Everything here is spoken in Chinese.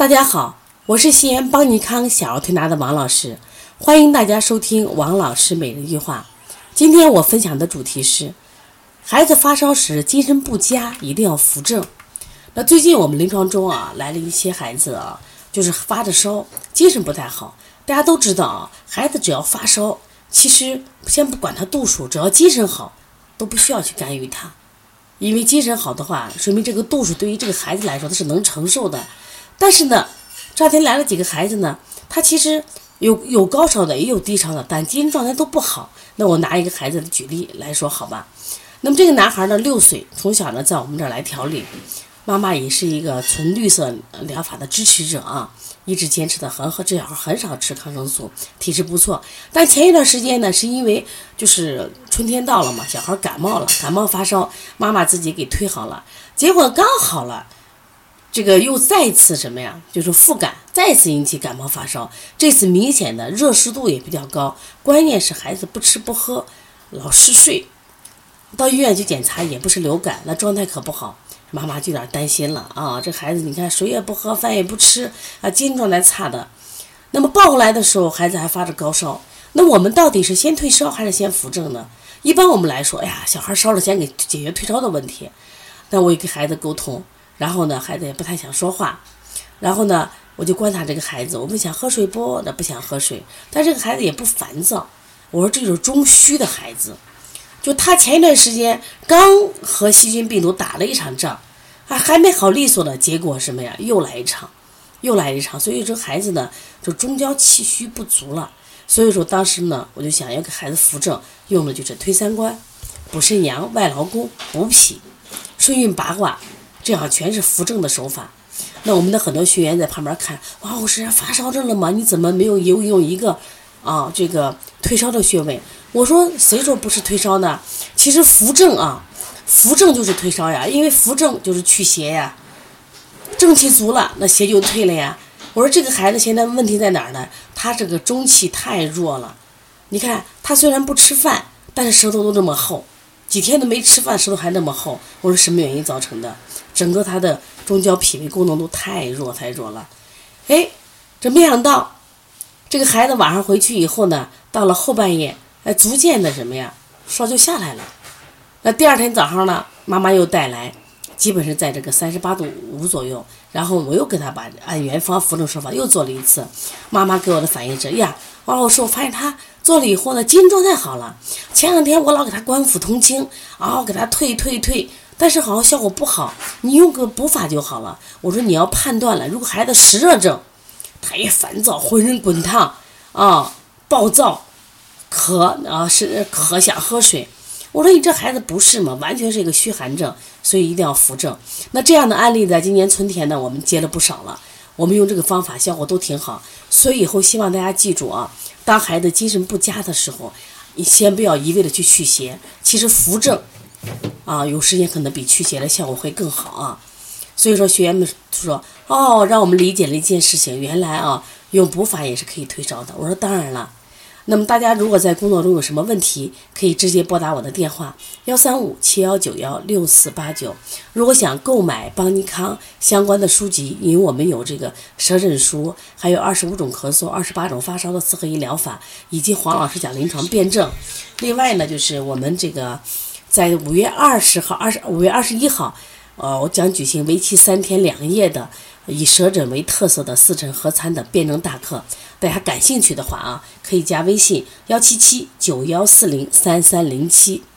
大家好，我是西安邦尼康小儿推拿的王老师，欢迎大家收听王老师每日一句话。今天我分享的主题是孩子发烧时精神不佳一定要扶正。那最近我们临床中来了一些孩子就是发着烧，精神不太好。大家都知道孩子只要发烧，其实先不管他度数，只要精神好都不需要去干预他，因为精神好的话，说明这个度数对于这个孩子来说他是能承受的。但是呢，这两天来了几个孩子呢，他其实有高烧的，也有低烧的，但精神状态都不好。那我拿一个孩子的举例来说好吧。那么这个男孩呢，6岁，从小呢在我们这儿来调理，妈妈也是一个纯绿色疗法的支持者一直坚持的很好，这小孩很少吃抗生素，体质不错。但前一段时间呢，是因为就是春天到了嘛，小孩感冒发烧，妈妈自己给推好了，结果刚好了，这个又再次什么呀，就是复感，再次引起感冒发烧。这次明显的热湿度也比较高，关键是孩子不吃不喝，老嗜睡。到医院去检查也不是流感，那状态可不好，妈妈就有点担心了这孩子你看水也不喝，饭也不吃精神状态差的。那么抱过来的时候，孩子还发着高烧，那我们到底是先退烧还是先扶正呢？一般我们来说，小孩烧了先给解决退烧的问题。那我也给孩子沟通，然后呢，孩子也不太想说话，然后呢，我就观察这个孩子，我问想喝水不？那不想喝水，但这个孩子也不烦躁。我说这种中虚的孩子，就他前一段时间刚和细菌病毒打了一场仗，还没好利索的，结果什么呀？又来一场。所以这孩子呢，就中焦气虚不足了。所以说当时呢，我就想要给孩子扶正，用的就是推三关、补肾阳、外劳宫、补脾、顺运八卦，这样全是扶正的手法。那我们的很多学员在旁边看，哇，我是发烧症了吗？你怎么没有用一个这个退烧的穴位？我说谁说不是退烧呢？其实扶正扶正就是退烧呀，因为扶正就是祛邪呀，正气足了，那邪就退了呀。我说这个孩子现在问题在哪儿呢？他这个中气太弱了。你看他虽然不吃饭，但是舌头都这么厚，几天都没吃饭，舌头还那么厚。我说什么原因造成的？整个他的中焦脾胃功能都太弱了。这没想到这个孩子晚上回去以后呢，到了后半夜逐渐的什么呀，烧就下来了。那第二天早上呢，妈妈又带来，基本是在这个38.5度左右，然后我又给他把按原方扶正手法又做了一次。妈妈给我的反应是王老师，我发现他做了以后呢，精神状态好了。前两天我老给他关腹通经给他退，但是好像效果不好，你用个补法就好了。我说你要判断了，如果孩子湿热症，他也烦躁，浑身滚烫暴躁，渴想喝水，我说你这孩子不是嘛，完全是一个虚寒症，所以一定要扶正。那这样的案例在今年春天呢，我们接了不少了，我们用这个方法效果都挺好。所以以后希望大家记住当孩子精神不佳的时候，你先不要一味的去驱邪，其实扶正有时间可能比驱邪的效果会更好所以说学员们说让我们理解了一件事情，原来用补法也是可以退烧的。我说当然了。那么大家如果在工作中有什么问题，可以直接拨打我的电话13571916489。如果想购买邦尼康相关的书籍，因为我们有这个舌诊书，还有25种咳嗽、28种发烧的4合1疗法，以及黄老师讲临床辩证。另外呢，就是我们这个在5月21号我将举行为期3天2夜的以舌诊为特色的4诊合参的辩证大课。大家感兴趣的话可以加微信17791403307。